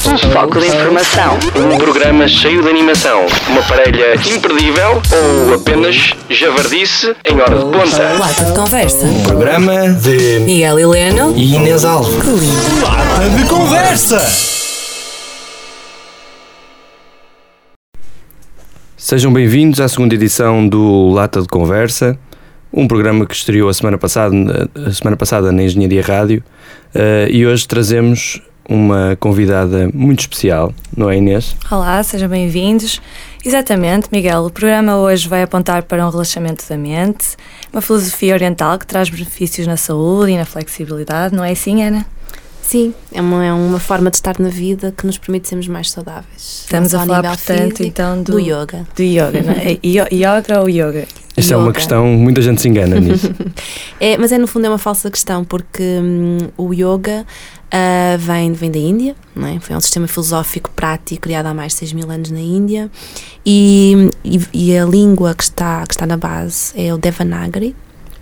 Um foco de informação. Um programa cheio de animação. Uma parelha imperdível ou apenas javardice em hora de ponta. Lata de Conversa. Um programa de Miguel Heleno e Inês Alves. Lata de Conversa. Sejam bem-vindos à segunda edição do Lata de Conversa, um programa que estreou a semana passada na Engenharia Rádio, e hoje trazemos uma convidada muito especial, não é, Inês? Olá, sejam bem-vindos. Exatamente, Miguel, o programa hoje vai apontar para um relaxamento da mente, uma filosofia oriental que traz benefícios na saúde e na flexibilidade, não é assim, Ana? Sim, é uma forma de estar na vida que nos permite sermos mais saudáveis. Estamos a falar, portanto, então do yoga. Do yoga, não é? Yoga ou yoga? Esta é uma questão, muita gente se engana nisso. Mas no fundo é uma falsa questão, porque o yoga vem da Índia, não é? Foi um sistema filosófico prático criado há mais de 6.000 anos na Índia, e a língua que está na base é o Devanagari.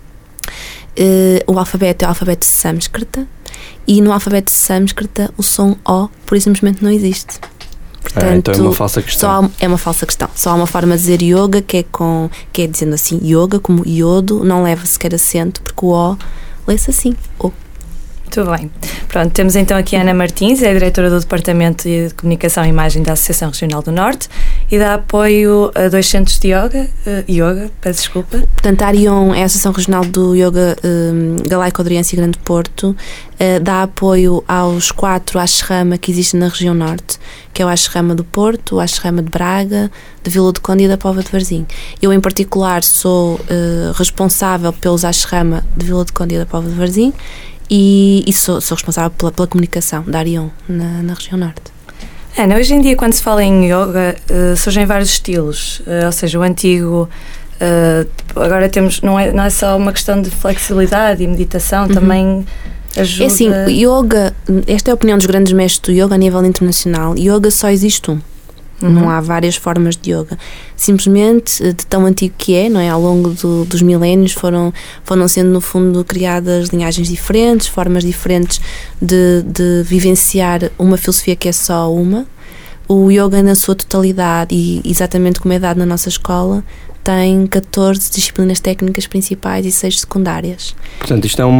O alfabeto é o alfabeto sânscrita, e no alfabeto sânscrita o som O, por isso simplesmente não existe. Portanto, então é uma falsa questão. É uma falsa questão. Só há uma forma de dizer yoga, que é dizendo assim, yoga, como iodo, não leva sequer acento, porque o O lê-se assim, O. Muito bem. Pronto, temos então aqui a Ana Martins, é a diretora do Departamento de Comunicação e Imagem da Associação Regional do Norte e dá apoio a 2 centros de yoga, peço desculpa. Portanto, a Arion é a Associação Regional do Yoga Galaico-Adriense e Grande Porto, dá apoio aos 4 ashrama que existem na região norte, que é o ashrama do Porto, o ashrama de Braga, de Vila do Conde e da Póvoa de Varzim. Eu, em particular, sou responsável pelos ashrama de Vila do Conde e da Póvoa de Varzim, e sou responsável pela comunicação da Arion na região norte. Ana, hoje em dia quando se fala em yoga surgem vários estilos, ou seja, o antigo, agora temos, não é só uma questão de flexibilidade e meditação, também ajuda... É assim, yoga, esta é a opinião dos grandes mestres do yoga a nível internacional, yoga só existe um. Não há várias formas de yoga. Simplesmente, de tão antigo que é, não é? Ao longo dos milénios foram sendo, no fundo, criadas linhagens diferentes, formas diferentes de vivenciar uma filosofia que é só uma. O yoga, na sua totalidade, e exatamente como é dado na nossa escola, tem 14 disciplinas técnicas principais e 6 secundárias. Portanto, isto é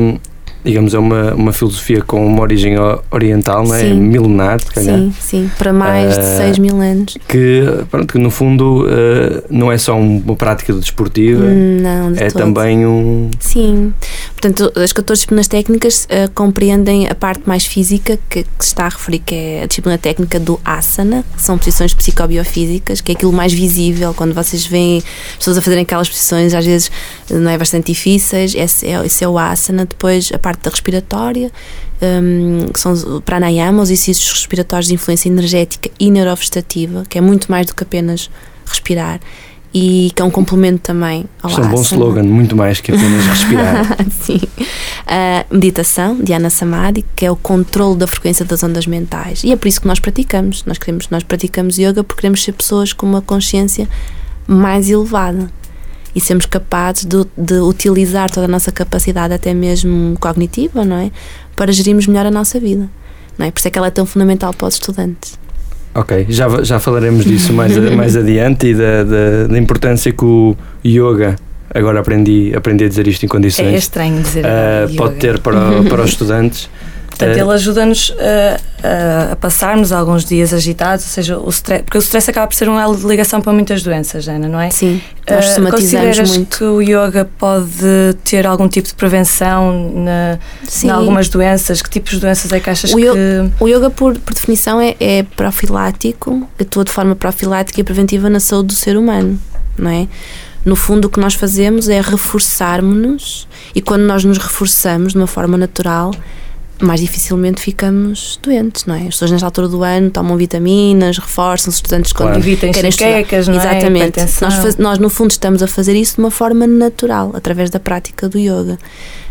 uma filosofia com uma origem oriental, não é? Sim. Milenar, se calhar. Sim, para mais de 6.000 anos. Que no fundo não é só uma prática desportiva, não, de é todo. também um... Sim, portanto, as 14 disciplinas técnicas compreendem a parte mais física que se está a referir, que é a disciplina técnica do asana, que são posições psicobiofísicas, que é aquilo mais visível, quando vocês veem as pessoas a fazerem aquelas posições, às vezes não é bastante difíceis, esse é o asana. Depois a parte da respiratória, que são pranayama, os exercícios respiratórios de influência energética e neurovegetativa, que é muito mais do que apenas respirar, e que é um complemento também ao asana. Isto é um bom slogan, muito mais que apenas respirar. Sim. Meditação, Dhyana Samadhi, que é o controle da frequência das ondas mentais, e é por isso que nós praticamos. Nós praticamos yoga porque queremos ser pessoas com uma consciência mais elevada e sermos capazes de utilizar toda a nossa capacidade, até mesmo cognitiva, não é? Para gerirmos melhor a nossa vida, não é? Por isso é que ela é tão fundamental para os estudantes. Ok, já falaremos disso mais adiante e da importância que o yoga, agora aprendi a dizer isto em condições, é estranho dizer pode ter para os estudantes. Portanto, ele ajuda-nos a passarmos alguns dias agitados, ou seja, porque o stress acaba por ser um elo de ligação para muitas doenças, Ana, não é? Sim, nós somatizamos consideras muito. que o yoga pode ter algum tipo de prevenção em algumas doenças? Que tipos de doenças é que achas que... O yoga, por definição, é profilático, atua de forma profilática e preventiva na saúde do ser humano, não é? No fundo, o que nós fazemos é reforçarmos-nos, e quando nós nos reforçamos de uma forma natural, mais dificilmente ficamos doentes, não é? As pessoas nesta altura do ano tomam vitaminas, reforçam-se, os estudantes quando evitem enxaquecas, não é? Exatamente. Nós, no fundo, estamos a fazer isso de uma forma natural, através da prática do yoga.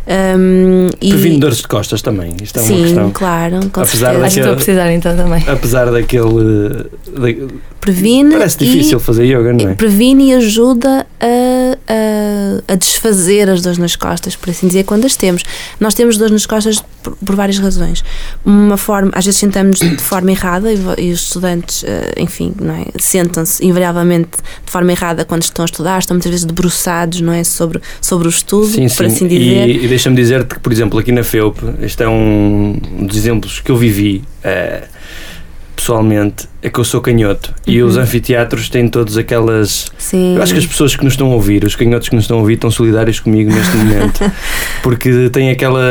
Previne dores de costas também, isto é uma questão. Sim, claro, com Apesar certeza. Acho que estou a precisar então também. Apesar daquele... Previne Parece difícil fazer yoga, não é? Previne e ajuda a desfazer as dores nas costas, por assim dizer, quando as temos. Nós temos dores nas costas por várias razões. Uma forma, às vezes sentamos de forma errada e os estudantes, enfim, não é? Sentam-se invariavelmente de forma errada quando estão a estudar, estão muitas vezes debruçados, não é? Sobre o estudo, por assim dizer. E deixa-me dizer-te que, por exemplo, aqui na FEUP, este é um dos exemplos que eu vivi pessoalmente, é que eu sou canhoto e os anfiteatros têm todas aquelas... Sim. Eu acho que as pessoas que nos estão a ouvir, os canhotos que nos estão a ouvir, estão solidários comigo neste momento, porque tem aquela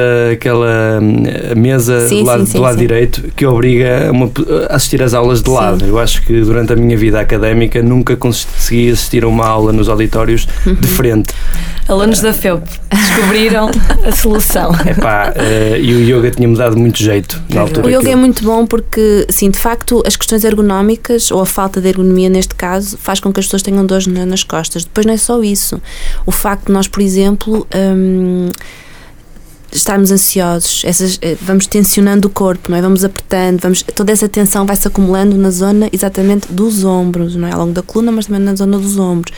mesa do lado direito que obriga a assistir às aulas de lado. Eu acho que durante a minha vida académica nunca consegui assistir a uma aula nos auditórios de frente. Alunos da FEUP descobriram a solução. E o yoga tinha-me dado muito jeito na altura. O yoga é muito bom porque, sim, de facto, as questões ergonómicas, ou a falta de ergonomia neste caso, faz com que as pessoas tenham dores nas costas. Depois não é só isso. O facto de nós, por exemplo, estarmos ansiosos, vamos tensionando o corpo, não é? Vamos apertando, toda essa tensão vai-se acumulando na zona exatamente dos ombros, não é? Ao longo da coluna, mas também na zona dos ombros.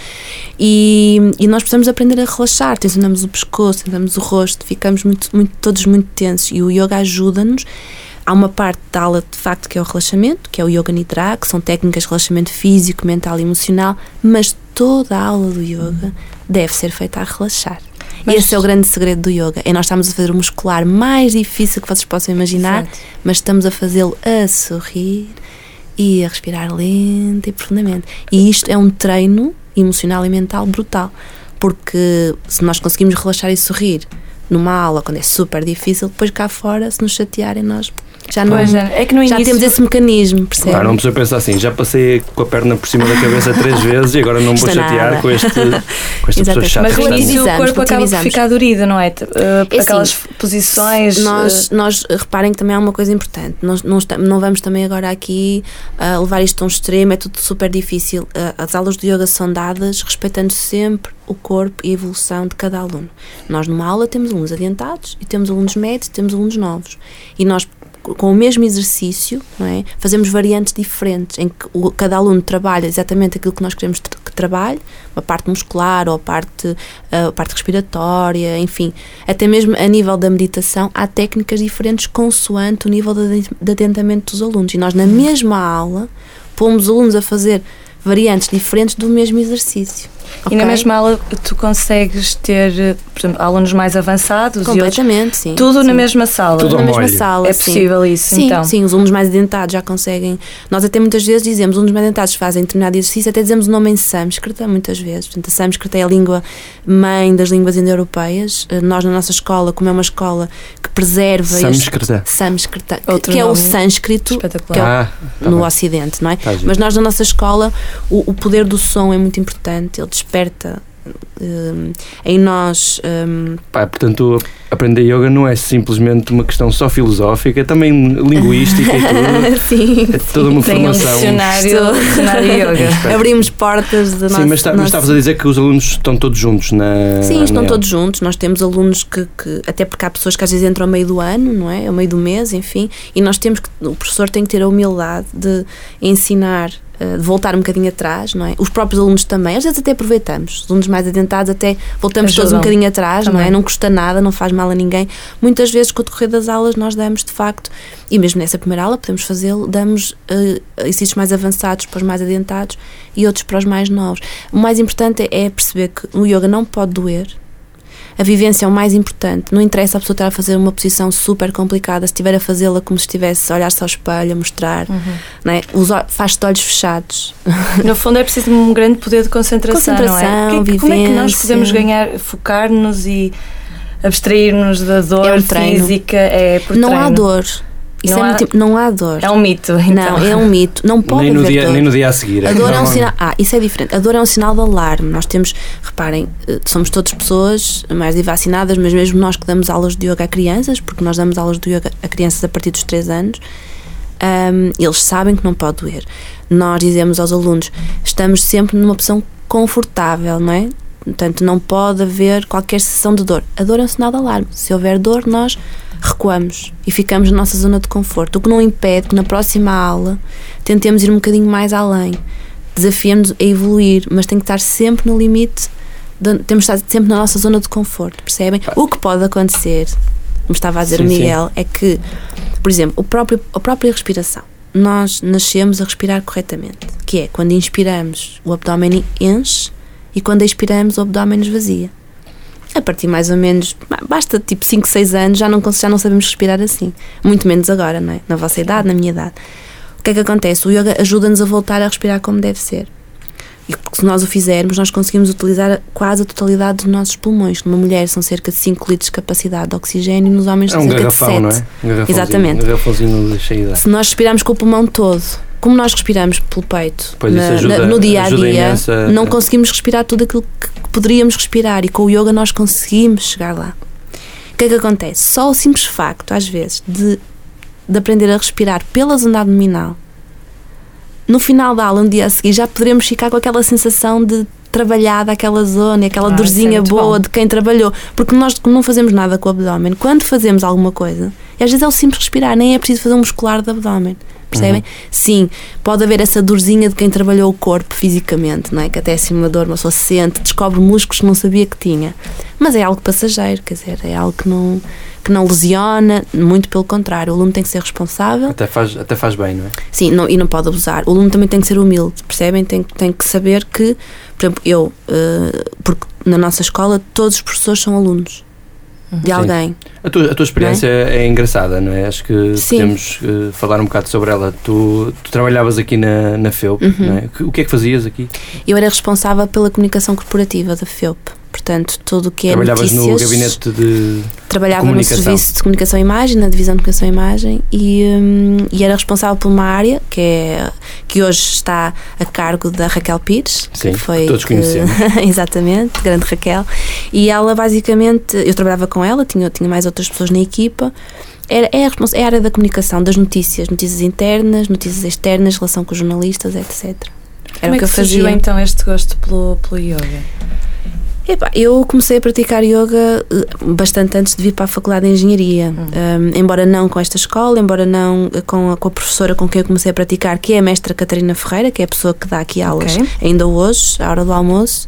E nós precisamos aprender a relaxar, tensionamos o pescoço, tensionamos o rosto, ficamos todos muito tensos, e o yoga ajuda-nos. Há uma parte da aula, de facto, que é o relaxamento, que é o Yoga Nidra, que são técnicas de relaxamento físico, mental e emocional, mas toda a aula do yoga deve ser feita a relaxar. Esse é o grande segredo do yoga. Nós estamos a fazer o muscular mais difícil que vocês possam imaginar, mas estamos a fazê-lo a sorrir e a respirar lento e profundamente. E isto é um treino emocional e mental brutal, porque se nós conseguimos relaxar e sorrir numa aula, quando é super difícil, depois cá fora, se nos chatearem, nós já não é que no já início... temos esse mecanismo, percebe? Claro, não precisa pensar assim, já passei com a perna por cima da cabeça 3 vezes e agora não me vou chatear com esta pessoa chata. Mas no início o corpo acaba por ficar dorido, não é? Por aquelas posições... Nós reparem que também há uma coisa importante, nós não vamos também agora aqui levar isto a um extremo, é tudo super difícil. As aulas de yoga são dadas respeitando sempre o corpo e a evolução de cada aluno. Nós numa aula temos alunos adiantados e temos alunos médios e temos alunos novos. E nós, com o mesmo exercício, não é, fazemos variantes diferentes, em que cada aluno trabalha exatamente aquilo que nós queremos que trabalhe, a parte muscular ou a parte respiratória, enfim. Até mesmo a nível da meditação, há técnicas diferentes consoante o nível de atentamento dos alunos. E nós, na mesma aula, pomos os alunos a fazer variantes diferentes do mesmo exercício. E na mesma aula tu consegues ter, por exemplo, alunos mais avançados completamente, e outros, sim. Tudo na mesma sala. Tudo na mesma sala. É possível isso, sim, então? Sim, os alunos mais adentados já conseguem. Nós até muitas vezes dizemos, os alunos mais adentados fazem determinado exercício, até dizemos o nome em sânscrita, muitas vezes. Portanto, a sânscrita é a língua mãe das línguas indo-europeias. Nós, na nossa escola, como é uma escola que preserva... Sânscrita, que é o sânscrito no Ocidente, não é? Mas nós, na nossa escola, o poder do som é muito importante, ele desperta em nós. Portanto, aprender yoga não é simplesmente uma questão só filosófica, também linguística e tudo. Sim, é toda uma formação. Tem um dicionário yoga. Abrimos portas da nossa... Sim, mas estavas a dizer que os alunos estão todos juntos na... Sim, estão todos juntos. Nós temos alunos que... Até porque há pessoas que às vezes entram ao meio do ano, não é? Ao meio do mês, enfim. E nós temos que... O professor tem que ter a humildade de ensinar, de voltar um bocadinho atrás, não é? Os próprios alunos também, às vezes até aproveitamos, os alunos mais adentados até voltamos todos um bocadinho atrás, também. Não é? Não custa nada, não faz mal a ninguém. Muitas vezes com o decorrer das aulas nós damos de facto, e mesmo nessa primeira aula podemos fazê-lo, damos exercícios mais avançados para os mais adentados e outros para os mais novos. O mais importante é perceber que o yoga não pode doer. A vivência é o mais importante. Não interessa a pessoa estar a fazer uma posição super complicada, se estiver a fazê-la como se estivesse a olhar-se ao espelho, a mostrar, não é? Faz-se de olhos fechados. No fundo é preciso um grande poder de concentração, não é? Vivência. Como é que nós podemos ganhar, focar-nos e abstrair-nos da dor física? É por não treino. Há dor. Isso não há dor. É um mito, então. Não, é um mito. Não pode haver dor. Nem no dia a seguir. A dor é um sinal... isso é diferente. A dor é um sinal de alarme. Nós temos... Reparem, somos todas pessoas mais vacinadas, mas mesmo nós que damos aulas de yoga a crianças, porque nós damos aulas de yoga a crianças a partir dos 3 anos, eles sabem que não pode doer. Nós dizemos aos alunos, estamos sempre numa posição confortável, não é? Portanto, não pode haver qualquer sensação de dor. A dor é um sinal de alarme. Se houver dor, nós recuamos e ficamos na nossa zona de conforto. O que não impede que na próxima aula tentemos ir um bocadinho mais além. Desafiamos a evoluir, mas tem que estar sempre no limite, temos de estar sempre na nossa zona de conforto, percebem? O que pode acontecer, como estava a dizer o Miguel, é que, por exemplo, a própria respiração. Nós nascemos a respirar corretamente, que é quando inspiramos o abdômen enche e quando expiramos o abdômen esvazia. A partir mais ou menos, basta tipo 5, 6 anos, já não sabemos respirar assim. Muito menos agora, não é? Na vossa idade, na minha idade. O que é que acontece? O yoga ajuda-nos a voltar a respirar como deve ser. E porque se nós o fizermos, nós conseguimos utilizar quase a totalidade dos nossos pulmões. Numa mulher são cerca de 5 litros de capacidade de oxigênio, nos homens são cerca de 7. Não é? Exatamente. Um garrafãozinho cheio de ar. Se nós respirarmos com o pulmão todo, como nós respiramos pelo peito, no dia a dia, não conseguimos respirar tudo aquilo que poderíamos respirar, e com o yoga nós conseguimos chegar lá. O que é que acontece? Só o simples facto, às vezes, de aprender a respirar pela zona abdominal, no final da aula, no dia a seguir, já poderemos ficar com aquela sensação de trabalhada aquela zona, aquela dorzinha boa de quem trabalhou, porque nós não fazemos nada com o abdômen. Quando fazemos alguma coisa, e às vezes é o simples respirar, nem é preciso fazer um muscular do abdômen, percebem? Sim, pode haver essa dorzinha de quem trabalhou o corpo fisicamente, não é? Que até assim uma dor, uma pessoa sente, descobre músculos que não sabia que tinha, mas é algo passageiro, quer dizer, é algo que não lesiona, muito pelo contrário. O aluno tem que ser responsável. Até faz bem, não é? Sim, e não pode abusar. O aluno também tem que ser humilde, percebem? Tem que saber que, por exemplo, porque na nossa escola todos os professores são alunos de alguém. A tua experiência é engraçada, não é? Acho que podemos falar um bocado sobre ela. Tu trabalhavas aqui na FEUP, não é? O que é que fazias aqui? Eu era responsável pela comunicação corporativa da FEUP. Portanto, tudo o que é Trabalhavas notícias... no gabinete de Trabalhava no serviço de comunicação e imagem, na divisão de comunicação e imagem, e era responsável por uma área que hoje está a cargo da Raquel Pires. Sim, que foi todos conhecemos. Exatamente, grande Raquel. E ela basicamente, eu trabalhava com ela, tinha mais outras pessoas na equipa. É a área da comunicação, das notícias internas, notícias externas, relação com os jornalistas, etc. Como é que surgiu então este gosto pelo yoga? Eu comecei a praticar yoga bastante antes de vir para a Faculdade de Engenharia, embora não com esta escola, embora não com a professora com quem eu comecei a praticar, que é a mestra Catarina Ferreira, que é a pessoa que dá aqui aulas ainda hoje, à hora do almoço.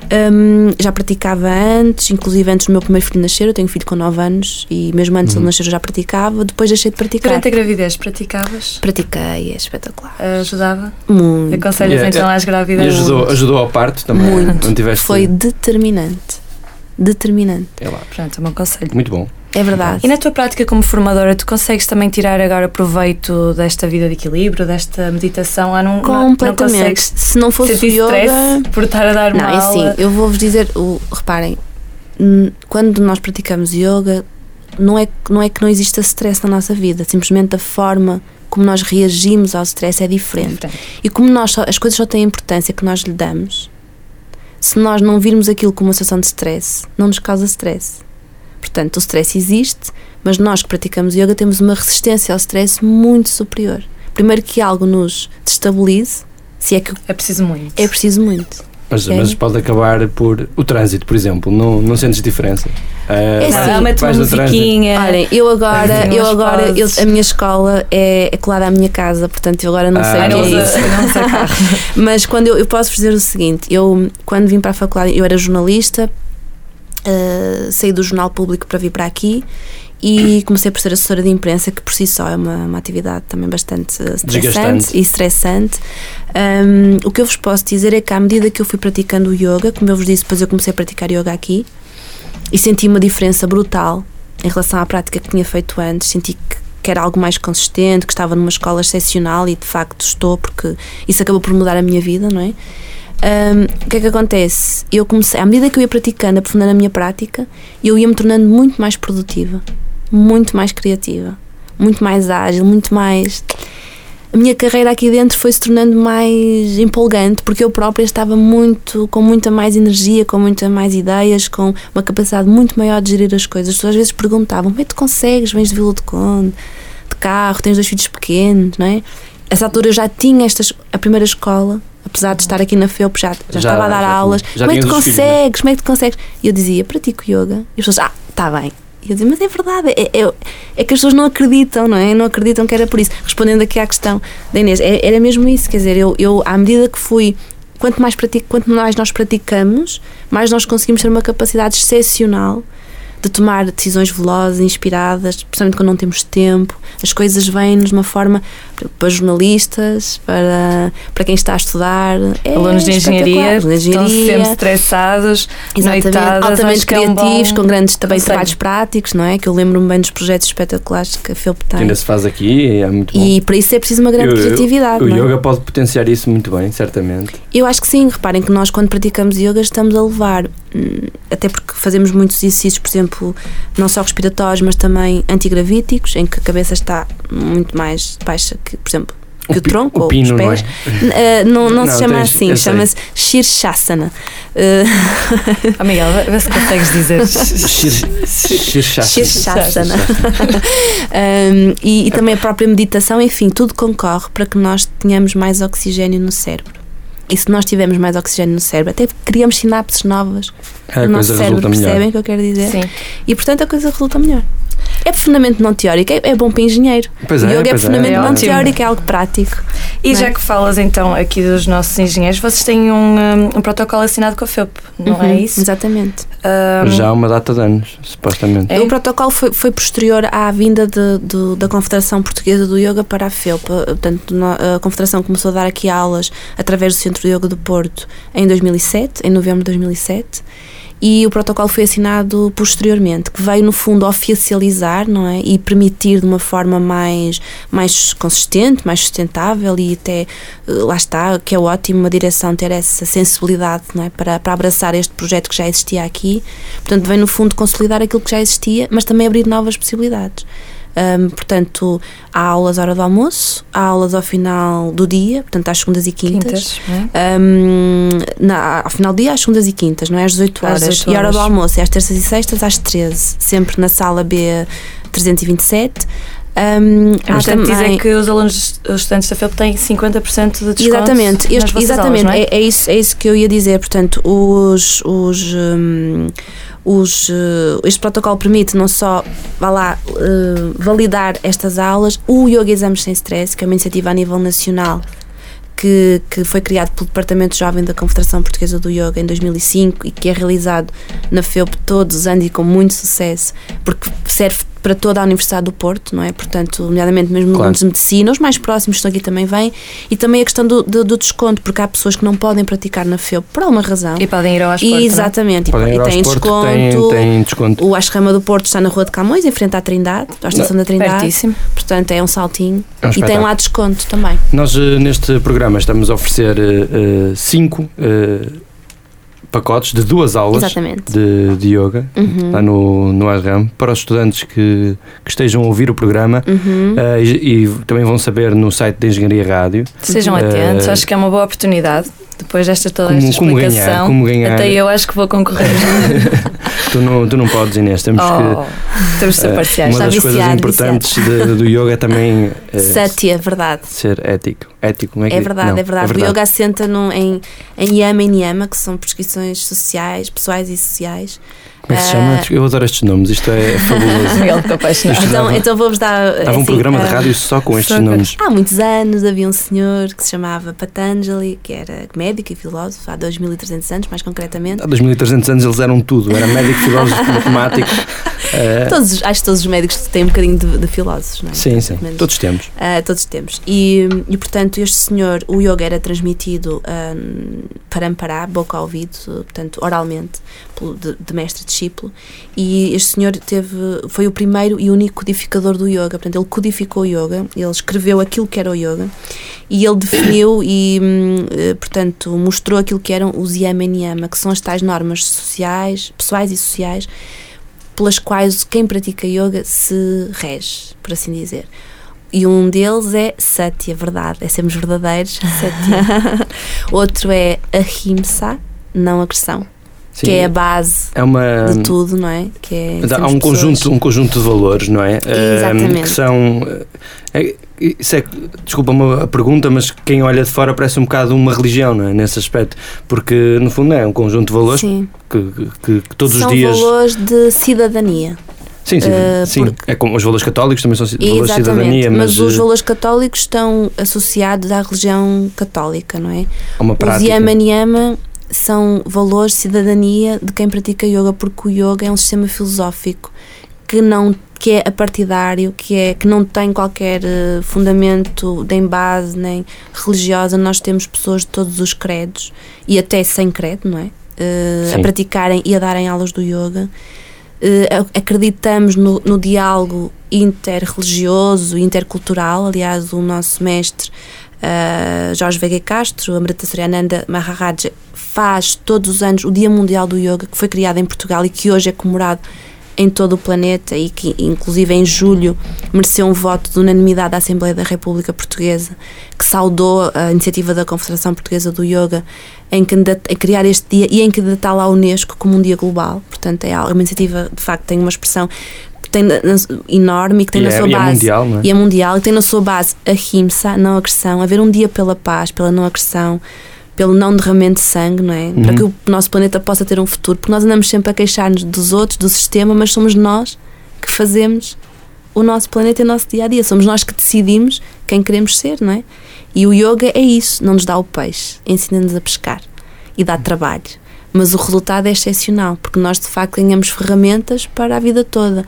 Já praticava antes, inclusive antes do meu primeiro filho nascer. Eu tenho um filho com 9 anos e mesmo antes de ele nascer eu já praticava. Depois deixei de praticar. Durante a gravidez praticavas? Pratiquei, é espetacular. Ajudava? Muito. Aconselhas então às grávidas? E ajudou ao parto também? Muito. Não tiveste... Foi determinante. É lá. Portanto, é um bom conselho. Muito bom. É verdade. E na tua prática como formadora, tu consegues também tirar agora proveito desta vida de equilíbrio, desta meditação? Completamente. Não se não fosse o yoga... por estar a dar uma aula? Não, é assim, eu vou-vos dizer, reparem, quando nós praticamos yoga, não é que não exista stress na nossa vida, simplesmente a forma como nós reagimos ao stress é diferente. E como as coisas só têm a importância que nós lhe damos, se nós não virmos aquilo como uma situação de stress, não nos causa stress. Portanto, o stress existe, mas nós que praticamos yoga temos uma resistência ao stress muito superior. Primeiro que algo nos destabilize, se é que... É preciso muito. É preciso muito. Mas pode acabar por... O trânsito, por exemplo, não sentes diferença? Mete uma musiquinha. Olhem, a minha escola é colada à minha casa, portanto eu agora não sei o que é isso. Não sei carro. Mas quando eu posso dizer o seguinte, eu quando vim para a faculdade, eu era jornalista, saí do Jornal Público para vir para aqui e comecei por ser assessora de imprensa, que por si só é uma atividade também bastante estressante e estressante. O que eu vos posso dizer é que à medida que eu fui praticando o yoga, como eu vos disse, depois eu comecei a praticar yoga aqui e senti uma diferença brutal em relação à prática que tinha feito antes. Senti que era algo mais consistente, que estava numa escola excepcional e de facto estou, porque isso acabou por mudar a minha vida, não é? O que é que acontece? Eu comecei, à medida que eu ia praticando, aprofundando a minha prática, eu ia me tornando muito mais produtiva, muito mais criativa, muito mais ágil, muito mais... A minha carreira aqui dentro foi se tornando mais empolgante, porque eu própria estava com muita mais energia, com muita mais ideias, com uma capacidade muito maior de gerir as coisas. As pessoas às vezes perguntavam: como é que tu consegues? Vens de Vila do Conde, de carro, tens 2 filhos pequenos, não é? Essa altura eu já tinha a primeira escola Apesar de estar aqui na FEUP, já estava a dar aulas. Como é que tu consegues? Como é que tu consegues? E eu dizia, pratico yoga. E as pessoas, está bem. E eu dizia, mas é verdade, é que as pessoas não acreditam, não é? Não acreditam que era por isso. Respondendo aqui à questão da Inês, era mesmo isso, quer dizer, eu à medida que fui, quanto mais nós praticamos, mais nós conseguimos ter uma capacidade excepcional de tomar decisões velozes, inspiradas, principalmente quando não temos tempo. As coisas vêm-nos de uma forma para jornalistas, para quem está a estudar. Alunos de engenharia estão sempre estressados, noitadas, altamente criativos, com grandes também trabalhos práticos, não é? Que eu lembro-me bem dos projetos espetaculares que a FEUP tem. Ainda se faz aqui, é muito bom. E para isso é preciso uma grande criatividade. O yoga pode potenciar isso muito bem, certamente. Eu acho que sim. Reparem que nós, quando praticamos yoga, estamos a levar, até porque fazemos muitos exercícios, por exemplo, não só respiratórios, mas também antigravíticos, em que a cabeça está muito mais baixa que, por exemplo, que o tronco ou os pés. Não se chama assim, chama-se Shirshasana. Miguel, vê se consegues dizer Shirshasana. E também a própria meditação, enfim, tudo concorre para que nós tenhamos mais oxigénio no cérebro. E se nós tivermos mais oxigénio no cérebro, até criamos sinapses novas no nosso cérebro, percebem o que eu quero dizer? Sim. E portanto a coisa resulta melhor. É profundamente não teórico, é bom para engenheiro. O yoga é profundamente não teórico, é algo prático. E já que falas então aqui dos nossos engenheiros, vocês têm um protocolo assinado com a FEUP, não é isso? Exatamente. Já há uma data de anos, supostamente. O protocolo foi posterior à vinda da Confederação Portuguesa do Yoga para a FEUP. Portanto, a Confederação começou a dar aqui aulas através do Centro de Yoga do Porto em 2007, em novembro de 2007. E o protocolo foi assinado posteriormente, que veio no fundo oficializar, não é? E permitir de uma forma mais consistente, mais sustentável e até, lá está, que é ótimo a direção ter essa sensibilidade, não é? Para abraçar este projeto que já existia aqui. Portanto, veio no fundo consolidar aquilo que já existia, mas também abrir novas possibilidades. Portanto, há aulas à hora do almoço, há aulas ao final do dia, portanto às segundas e quintas, ao final do dia às segundas e quintas, não é? Às 18 horas. E a hora do almoço é às terças e sextas às 13, sempre na sala B 327. Portanto, dizem que os estudantes da FEUP têm 50% de desconto. Exatamente, aulas, não é? É isso que eu ia dizer. Portanto, este protocolo permite não só validar estas aulas, o Yoga Exames Sem Stress, que é uma iniciativa a nível nacional que foi criado pelo Departamento Jovem da Confederação Portuguesa do Yoga em 2005 e que é realizado na FEUP todos os anos e com muito sucesso, porque serve para toda a Universidade do Porto, não é? Portanto, nomeadamente mesmo alunos de medicina, os mais próximos estão aqui também vêm, e também a questão do desconto, porque há pessoas que não podem praticar na FEUP por alguma razão. E podem ir ao Asporto. Exatamente, e têm desconto. Tem desconto. O Asrama do Porto está na Rua de Camões, em frente à Trindade, à Estação da Trindade. Pertíssimo. Portanto, é um saltinho. E tem lá desconto também. Nós, neste programa, estamos a oferecer 5 pacotes de 2 aulas de yoga lá no ARRAM para os estudantes que estejam a ouvir o programa e também vão saber no site da Engenharia Rádio. Sejam atentos, acho que é uma boa oportunidade. Depois desta toda esta explicação, como ganhar. Até eu acho que vou concorrer. Tu não podes, Inês, temos de ser parciais. Uma das coisas importantes do yoga é também Satya, verdade. Ser ético. Como é que é verdade, não, é verdade. O yoga assenta em Yama e Niyama, que são prescrições sociais, pessoais e sociais. Como é que se chama? Eu adoro estes nomes, isto é fabuloso. Então vou-vos dar. Estava um programa de rádio só com estes nomes. Há muitos anos havia um senhor que se chamava Patanjali, que era médico e filósofo, há 2300 anos, mais concretamente. Há 2300 anos eles eram tudo, era médico, filósofo, matemático. Acho que todos os médicos têm um bocadinho de filósofos, não é? Sim, todos temos. Todos temos. E portanto, este senhor, o yoga era transmitido para amparar, boca ao ouvido, portanto, oralmente, de mestre discípulo, e este senhor foi o primeiro e único codificador do yoga. Portanto, ele codificou o yoga, ele escreveu aquilo que era o yoga e ele definiu e, portanto, mostrou aquilo que eram os Yama e Niyama, que são as tais normas sociais, pessoais e sociais, pelas quais quem pratica yoga se rege, por assim dizer. E um deles é Satya, verdade, é sermos verdadeiros. Satya. Outro é Ahimsa, não agressão. Sim, que é a base de tudo, não é? Que é há um conjunto de valores, não é? Exatamente. Que são... isso é, desculpa-me a pergunta, mas quem olha de fora parece um bocado uma religião, não é? Nesse aspecto, porque no fundo é um conjunto de valores que todos os dias... São valores de cidadania. Sim, é como os valores católicos também são valores de cidadania, mas os valores católicos estão associados à religião católica, não é? Uma prática. Os Yama são valores de cidadania de quem pratica yoga, porque o yoga é um sistema filosófico que é apartidário, que não tem qualquer fundamento nem base, nem religiosa. Nós temos pessoas de todos os credos e até sem credo, não é? A praticarem e a darem aulas do yoga. Acreditamos no diálogo interreligioso, intercultural. Aliás, o nosso mestre Jorge Veiga Castro, Amrita-Suryananda Maharaja, faz todos os anos o Dia Mundial do Yoga, que foi criado em Portugal e que hoje é comemorado em todo o planeta, e que inclusive em julho mereceu um voto de unanimidade da Assembleia da República Portuguesa, que saudou a iniciativa da Confederação Portuguesa do Yoga em criar este dia e em candidatá-lo à Unesco como um dia global. Portanto, é uma iniciativa, de facto, tem uma expressão que tem enorme e que tem na sua base... É mundial, não é? E é mundial, e tem na sua base a ahimsa, não agressão, haver um dia pela paz, pela não agressão, pelo não derramamento de sangue, não é? Para que o nosso planeta possa ter um futuro, porque nós andamos sempre a queixar-nos dos outros, do sistema, mas somos nós que fazemos o nosso planeta e o nosso dia-a-dia. Somos nós que decidimos quem queremos ser, não é? E o yoga é isso, não nos dá o peixe, ensina-nos a pescar e dá trabalho. Mas o resultado é excepcional, porque nós de facto ganhamos ferramentas para a vida toda.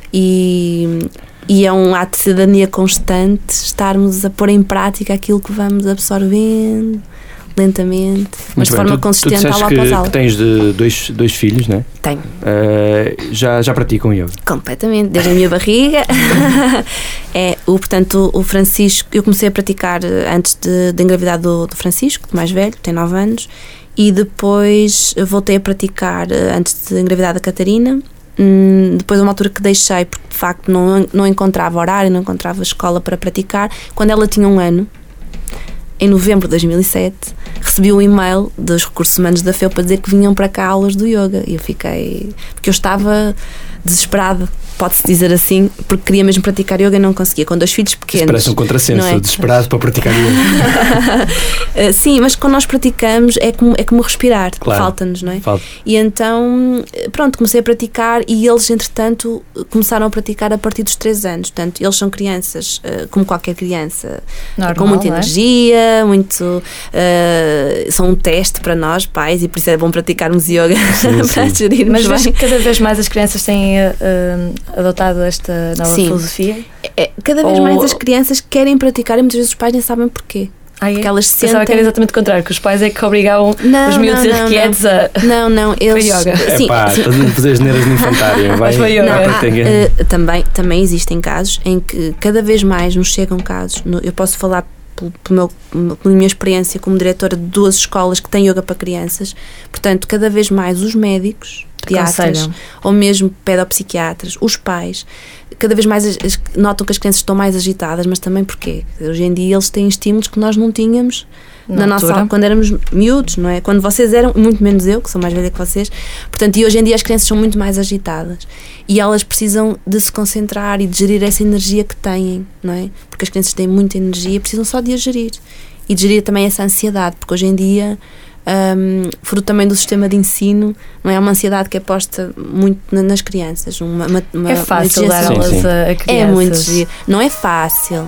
E é um ato de cidadania constante estarmos a pôr em prática aquilo que vamos absorvendo lentamente, mas de forma consistente aula após aula. Tu tens de dois filhos, não é? Tenho. Já praticam yoga? Completamente, desde a minha barriga. Portanto, o Francisco, eu comecei a praticar antes de engravidar do Francisco, do mais velho, tem 9 anos, e depois voltei a praticar antes de engravidar da Catarina. Depois uma altura que deixei, porque de facto não encontrava horário, não encontrava escola para praticar. Quando ela tinha 1 ano, em novembro de 2007, recebi um e-mail dos recursos humanos da FEU para dizer que vinham para cá aulas do yoga. E eu fiquei... Porque eu estava desesperada, pode-se dizer assim, porque queria mesmo praticar yoga e não conseguia, com 2 filhos pequenos. Isso parece um contrassenso, desesperado para praticar yoga. Sim, mas quando nós praticamos é como respirar, claro, falta-nos, não é? Falta. E então, pronto, comecei a praticar e eles, entretanto, começaram a praticar a partir dos 3 anos. Portanto, eles são crianças, como qualquer criança, normal, com muita energia, são um teste para nós, pais, e por isso é bom praticarmos yoga para gerirmos. Mas vejo que cada vez mais as crianças têm adotado esta nova filosofia? Cada vez mais as crianças querem praticar e muitas vezes os pais nem sabem porquê. Porque elas se Pensava que era exatamente o contrário, que os pais é que obrigavam os miúdos irrequietos a... Não, eles... yoga. Estás a fazer geneiras no infantário. Vai yoga. Também existem casos em que cada vez mais nos chegam casos, eu posso falar pela minha experiência como diretora de 2 escolas que têm yoga para crianças. Portanto, cada vez mais os médicos, pediatras ou mesmo pedopsiquiatras, os pais, cada vez mais notam que as crianças estão mais agitadas, mas também porque hoje em dia eles têm estímulos que nós não tínhamos na nossa, quando éramos miúdos, não é? Quando vocês eram, muito menos eu, que sou mais velha que vocês. Portanto, e hoje em dia as crianças são muito mais agitadas e elas precisam de se concentrar e de gerir essa energia que têm, não é? Porque as crianças têm muita energia e precisam só de a gerir. E de gerir também essa ansiedade, porque hoje em dia, fruto também do sistema de ensino, não é? Uma ansiedade que é posta muito nas crianças. É fácil dar aulas a crianças. É muito giro. Não é fácil.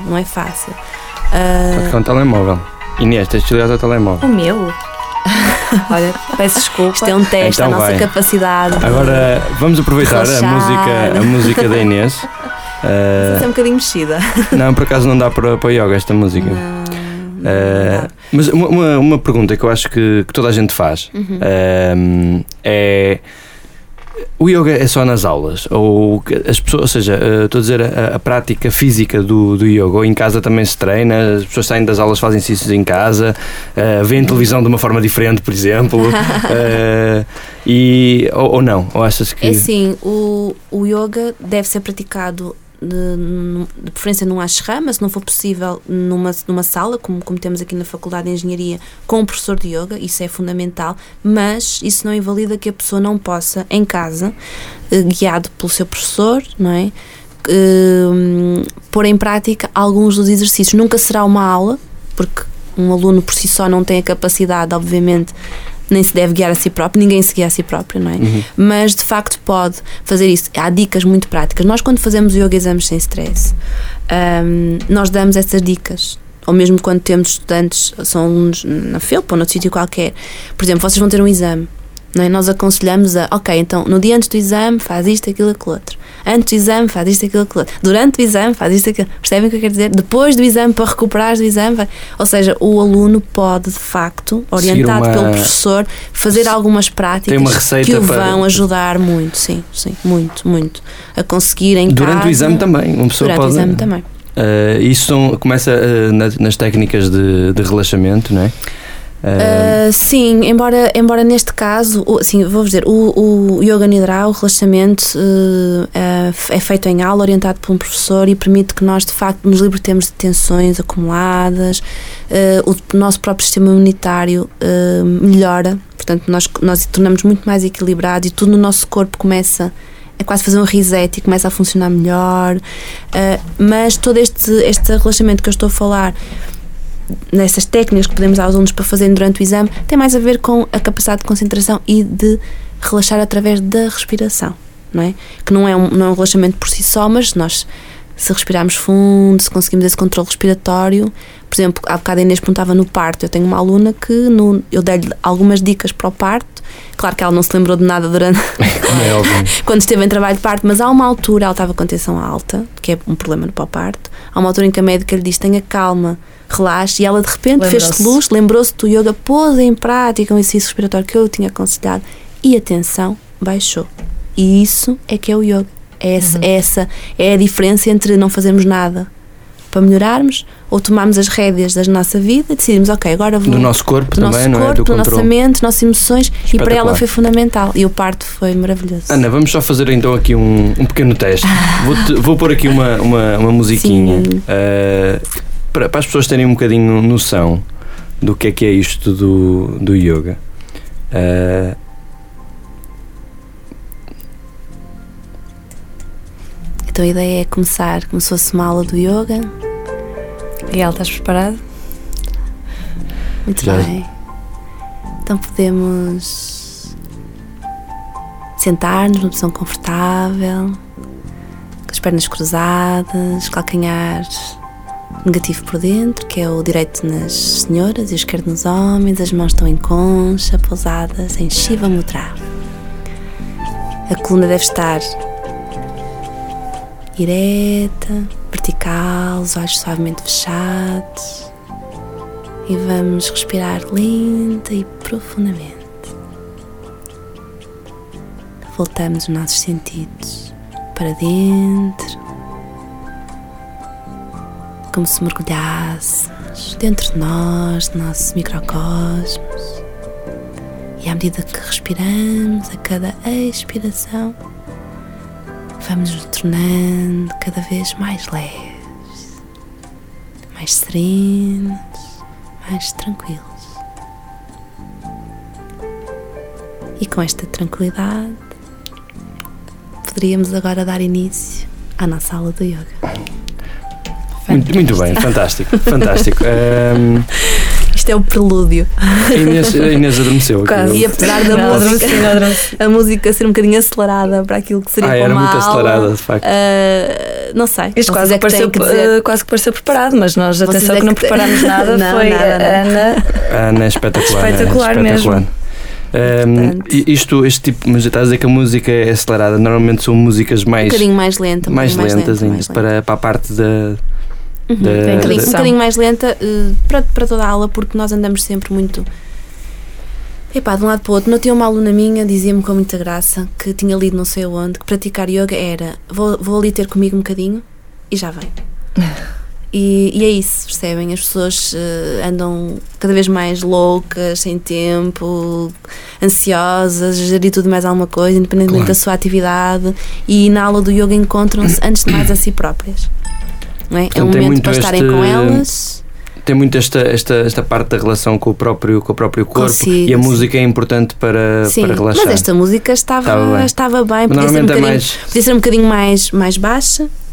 Toca um telemóvel. Inês, tens de ligar ao telemóvel. O meu? Olha, peço desculpa. Isto é um teste então da nossa capacidade. Agora vamos aproveitar a música da Inês. É um bocadinho mexida. Não, por acaso não dá para o yoga esta música. Mas uma pergunta que eu acho que toda a gente faz é: o yoga é só nas aulas? Ou as pessoas, ou seja, estou a dizer a prática física do yoga, ou em casa também se treina, as pessoas saem das aulas, fazem exercícios em casa, veem televisão de uma forma diferente, por exemplo, ou não? Ou achas que... É assim, o yoga deve ser praticado de preferência num ashrama, se não for possível numa sala, como temos aqui na Faculdade de Engenharia, com um professor de yoga, isso é fundamental, mas isso não invalida que a pessoa não possa, em casa, guiado pelo seu professor, não é? pôr em prática alguns dos exercícios. Nunca será uma aula, porque um aluno por si só não tem a capacidade, obviamente, nem se deve guiar a si próprio, ninguém se guia a si próprio, não é? Mas de facto pode fazer isso. Há dicas muito práticas. Nós, quando fazemos yoga exames sem stress, nós damos essas dicas. Ou mesmo quando temos estudantes, são alunos na FEUP ou noutro sítio qualquer. Por exemplo, vocês vão ter um exame, não é? Nós aconselhamos ok, então no dia antes do exame faz isto, aquilo, aquilo outro. Antes do exame faz isto, aquilo, aquilo outro. Durante o exame faz isto, aquilo. Percebem o que eu quero dizer? Depois do exame, para recuperares do exame. Ou seja, o aluno pode, de facto, orientado pelo professor, fazer algumas práticas que o vão ajudar muito, sim, muito, a conseguir em durante casa. O exame também, uma pessoa durante pode... o exame também. Isso começa nas técnicas de relaxamento, não é? Sim, embora neste caso, assim, vou dizer, o Yoga Nidra, o relaxamento, é feito em aula, orientado por um professor e permite que nós de facto nos libertemos de tensões acumuladas, o nosso próprio sistema imunitário melhora, portanto nós tornamos muito mais equilibrado e tudo no nosso corpo começa a quase fazer um reset e começa a funcionar melhor, mas todo este relaxamento que eu estou a falar, nessas técnicas que podemos dar aos alunos para fazerem durante o exame, tem mais a ver com a capacidade de concentração e de relaxar através da respiração, não é? Que não é um relaxamento por si só, mas nós, se respirarmos fundo, se conseguimos esse controle respiratório, por exemplo, há bocado a Inês perguntava no parto, eu tenho uma aluna que eu dei-lhe algumas dicas para o parto, claro que ela não se lembrou de nada durante quando esteve em trabalho de parto, mas há uma altura, ela estava com tensão alta, que é um problema no pós-parto, há uma altura em que a médica lhe diz, tenha calma, relaxe, e ela de repente fez-se luz, lembrou-se do yoga, pôs em prática um exercício respiratório que eu tinha aconselhado e a tensão baixou. E isso é que é o yoga. Essa é a diferença entre não fazermos nada para melhorarmos ou tomarmos as rédeas da nossa vida e decidimos, ok, agora vou... Do nosso corpo do também, nosso não é? Do nossa mente, das nossas emoções, e para ela foi fundamental. E o parto foi maravilhoso. Ana, vamos só fazer então aqui um pequeno teste. Vou pôr aqui uma musiquinha para as pessoas terem um bocadinho noção do que é isto do yoga. Então a ideia é começar como se fosse uma aula do yoga. Miguel, estás preparado? Muito bem. Então podemos sentar-nos numa posição confortável, com as pernas cruzadas, calcanhar negativo por dentro, que é o direito nas senhoras e o esquerdo nos homens. As mãos estão em concha, pousadas em Shiva Mudra. A coluna deve estar direta, vertical, os olhos suavemente fechados, e vamos respirar lenta e profundamente. Voltamos os nossos sentidos para dentro, como se mergulhássemos dentro de nós, do nosso microcosmos, e à medida que respiramos, a cada expiração, vamos nos tornando cada vez mais leves, mais serenos, mais tranquilos. E com esta tranquilidade, poderíamos agora dar início à nossa aula de yoga. Muito bem, fantástico. Isto é o prelúdio. A Inês adormeceu. Quase. E apesar da a música ser um bocadinho acelerada para aquilo que seria para era uma muito aula, acelerada, de facto. Não sei. Isto quase que pareceu preparado, mas nós, atenção, que não preparámos nada. Foi a Ana. A Ana é espetacular. Espetacular mesmo. Este tipo, mas estás a dizer que a música é acelerada, normalmente são músicas mais... Um bocadinho mais lenta. Mais lentas ainda, para a parte da... Um bocadinho mais lenta para toda a aula, porque nós andamos sempre muito de um lado para o outro. Não tinha uma aluna minha, dizia-me com muita graça, que tinha lido não sei onde, que praticar yoga era vou ali ter comigo um bocadinho e já vem. E é isso, percebem? As pessoas andam cada vez mais loucas, sem tempo, ansiosas, a gerir tudo mais alguma coisa, independentemente da sua atividade, e na aula do yoga encontram-se antes de mais a si próprias. Não é? Portanto, é um momento para estarem com elas. Tem muito esta parte da relação com o próprio corpo. E a música é importante para relaxar. Mas esta música estava bem. Podia ser um bocadinho mais baixa,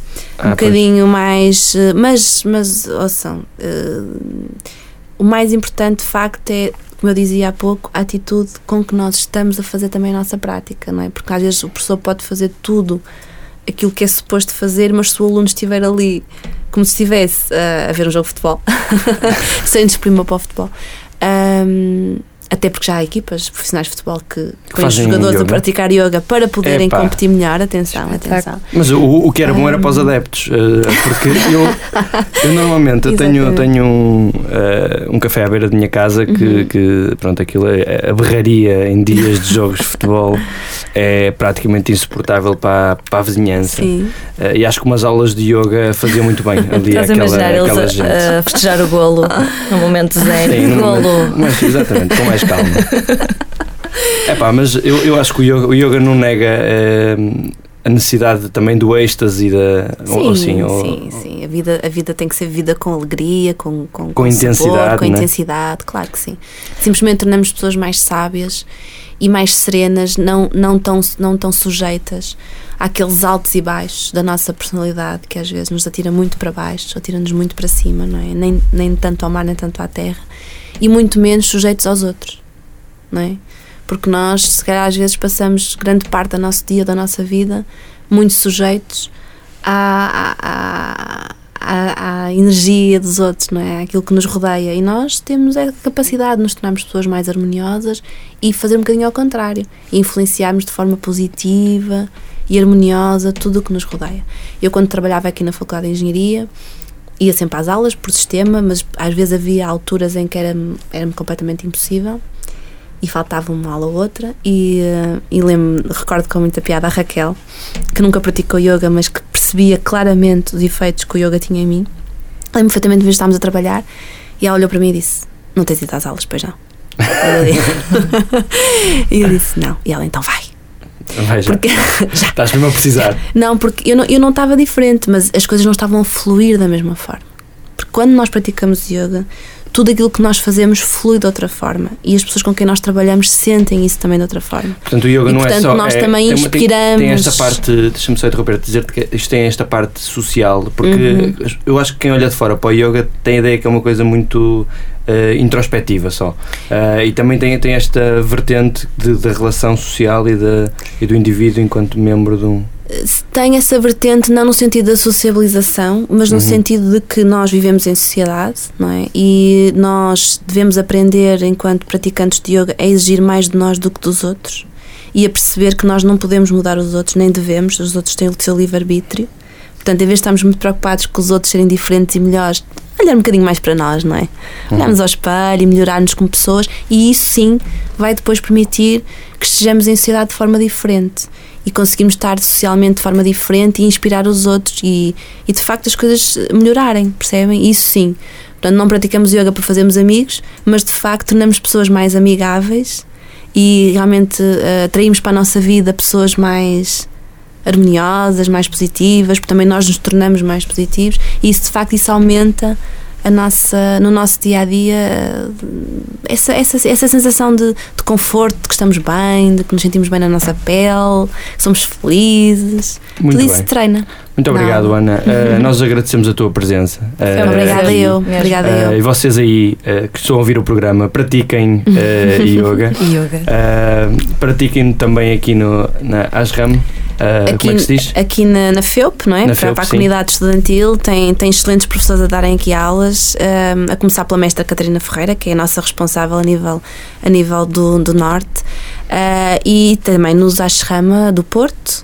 um bocadinho mais, mas ouçam, o mais importante de facto é, como eu dizia há pouco, a atitude com que nós estamos a fazer também a nossa prática, não é? Porque às vezes o professor pode fazer tudo aquilo que é suposto fazer, mas se o aluno estiver ali como se estivesse a ver um jogo de futebol sem desprimor para o futebol, até porque já há equipas profissionais de futebol que põem os jogadores yoga a praticar yoga para poderem competir melhor. Atenção. Mas o que era bom era para os adeptos, porque eu normalmente tenho um café à beira da minha casa que pronto, aquilo a berraria em dias de jogos de futebol é praticamente insuportável para a vizinhança. E acho que umas aulas de yoga faziam muito bem ali. Estás a imaginar eles gente a festejar o golo no momento zero. Mas exatamente, com mais calma. Mas eu acho que o yoga não nega a necessidade também do êxtase e da... Sim. A vida tem que ser vivida com alegria, com intensidade, sabor, com né? intensidade, claro que sim. Simplesmente tornamos pessoas mais sábias e mais serenas, não tão sujeitas àqueles altos e baixos da nossa personalidade, que às vezes nos atira muito para baixo, atira-nos muito para cima, não é? Nem tanto ao mar, nem tanto à terra, e muito menos sujeitos aos outros, não é? Porque nós, se calhar, às vezes passamos grande parte do nosso dia, da nossa vida, muito sujeitos à energia dos outros, não é? Àquilo que nos rodeia. E nós temos a capacidade de nos tornarmos pessoas mais harmoniosas e fazer um bocadinho ao contrário. E influenciarmos de forma positiva e harmoniosa tudo o que nos rodeia. Eu, quando trabalhava aqui na Faculdade de Engenharia, ia sempre às aulas por sistema, mas às vezes havia alturas em que era-me completamente impossível e faltava uma aula ou outra, e recordo com muita piada a Raquel, que nunca praticou yoga, mas que percebia claramente os efeitos que o yoga tinha em mim. Lembro-me perfeitamente de ver que estávamos a trabalhar e ela olhou para mim e disse: "Não tens ido às aulas, pois não?" E eu disse: "Não." E ela: "Então vai." Vai já. Porque, já. Estás mesmo a precisar. Não, porque eu não estava diferente, mas as coisas não estavam a fluir da mesma forma. Porque quando nós praticamos yoga, tudo aquilo que nós fazemos flui de outra forma, e as pessoas com quem nós trabalhamos sentem isso também de outra forma. Portanto, o yoga não é só... nós também inspiramos... Tem esta parte, deixa-me só interromper, dizer-te que isto tem esta parte social, porque eu acho que quem olha de fora para o yoga tem a ideia que é uma coisa muito introspectiva só. E também tem esta vertente da relação social e do indivíduo enquanto membro de um... Tem essa vertente não no sentido da sociabilização, mas no sentido de que nós vivemos em sociedade, não é? E nós devemos aprender, enquanto praticantes de yoga, a exigir mais de nós do que dos outros, e a perceber que nós não podemos mudar os outros, nem devemos. Os outros têm o seu livre-arbítrio. Portanto, em vez de estarmos muito preocupados com os outros serem diferentes e melhores, olhar um bocadinho mais para nós, não é? Olharmos ao espelho e melhorar-nos como pessoas, e isso sim vai depois permitir que estejamos em sociedade de forma diferente e conseguimos estar socialmente de forma diferente e inspirar os outros e de facto as coisas melhorarem, percebem? Isso sim. Portanto, não praticamos yoga para fazermos amigos, mas de facto tornamos pessoas mais amigáveis e realmente atraímos para a nossa vida pessoas mais harmoniosas, mais positivas, porque também nós nos tornamos mais positivos, e isso de facto isso aumenta no nosso dia-a-dia essa sensação de conforto, de que estamos bem, de que nos sentimos bem na nossa pele, que somos felizes. Muito tudo bem. isso treina. Muito obrigado, Ana. Nós agradecemos a tua presença. Obrigada eu. E vocês aí que estão a ouvir o programa, pratiquem yoga. Pratiquem também aqui na Ashram. Como é que se diz? Aqui na FEUP, não é? Para a comunidade estudantil, tem excelentes professores a darem aqui aulas, a começar pela mestra Catarina Ferreira, que é a nossa responsável a nível do Norte, e também nos Ashram do Porto,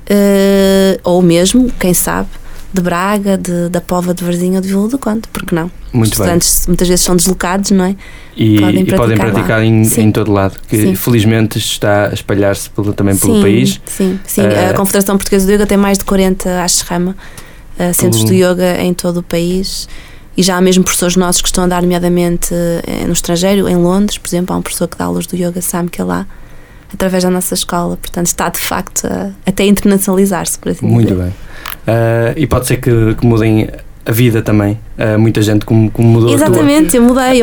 ou mesmo, quem sabe, de Braga, da Póvoa de Varzim ou de Vila do Conde, porque não? Os estudantes muitas vezes são deslocados, não é? E podem praticar em todo lado, que felizmente está a espalhar-se também pelo país. Sim. A Confederação Portuguesa de Yoga tem mais de 40 Ashram, centros de yoga em todo o país, e já há mesmo professores nossos que estão a dar, nomeadamente no estrangeiro, em Londres, por exemplo, há um professor que dá aulas do yoga, Sam, que é lá, através da nossa escola. Portanto, está de facto até internacionalizar-se, por assim dizer. Muito bem. E pode ser que mudem a vida também. Muita gente como mudou. Exatamente, eu mudei.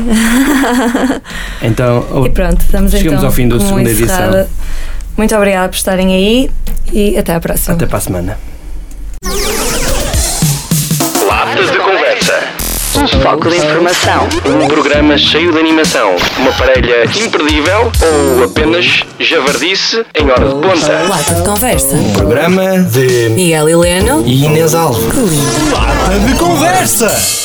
Então, e pronto, chegamos ao fim da segunda edição. Muito obrigada por estarem aí e até à próxima. Até para a semana. Foco de informação. Um programa cheio de animação, uma parelha imperdível ou apenas javardice em hora de ponta. Lata de Conversa. Programa De Miguel Heleno e Inês Alves. Lata de Conversa.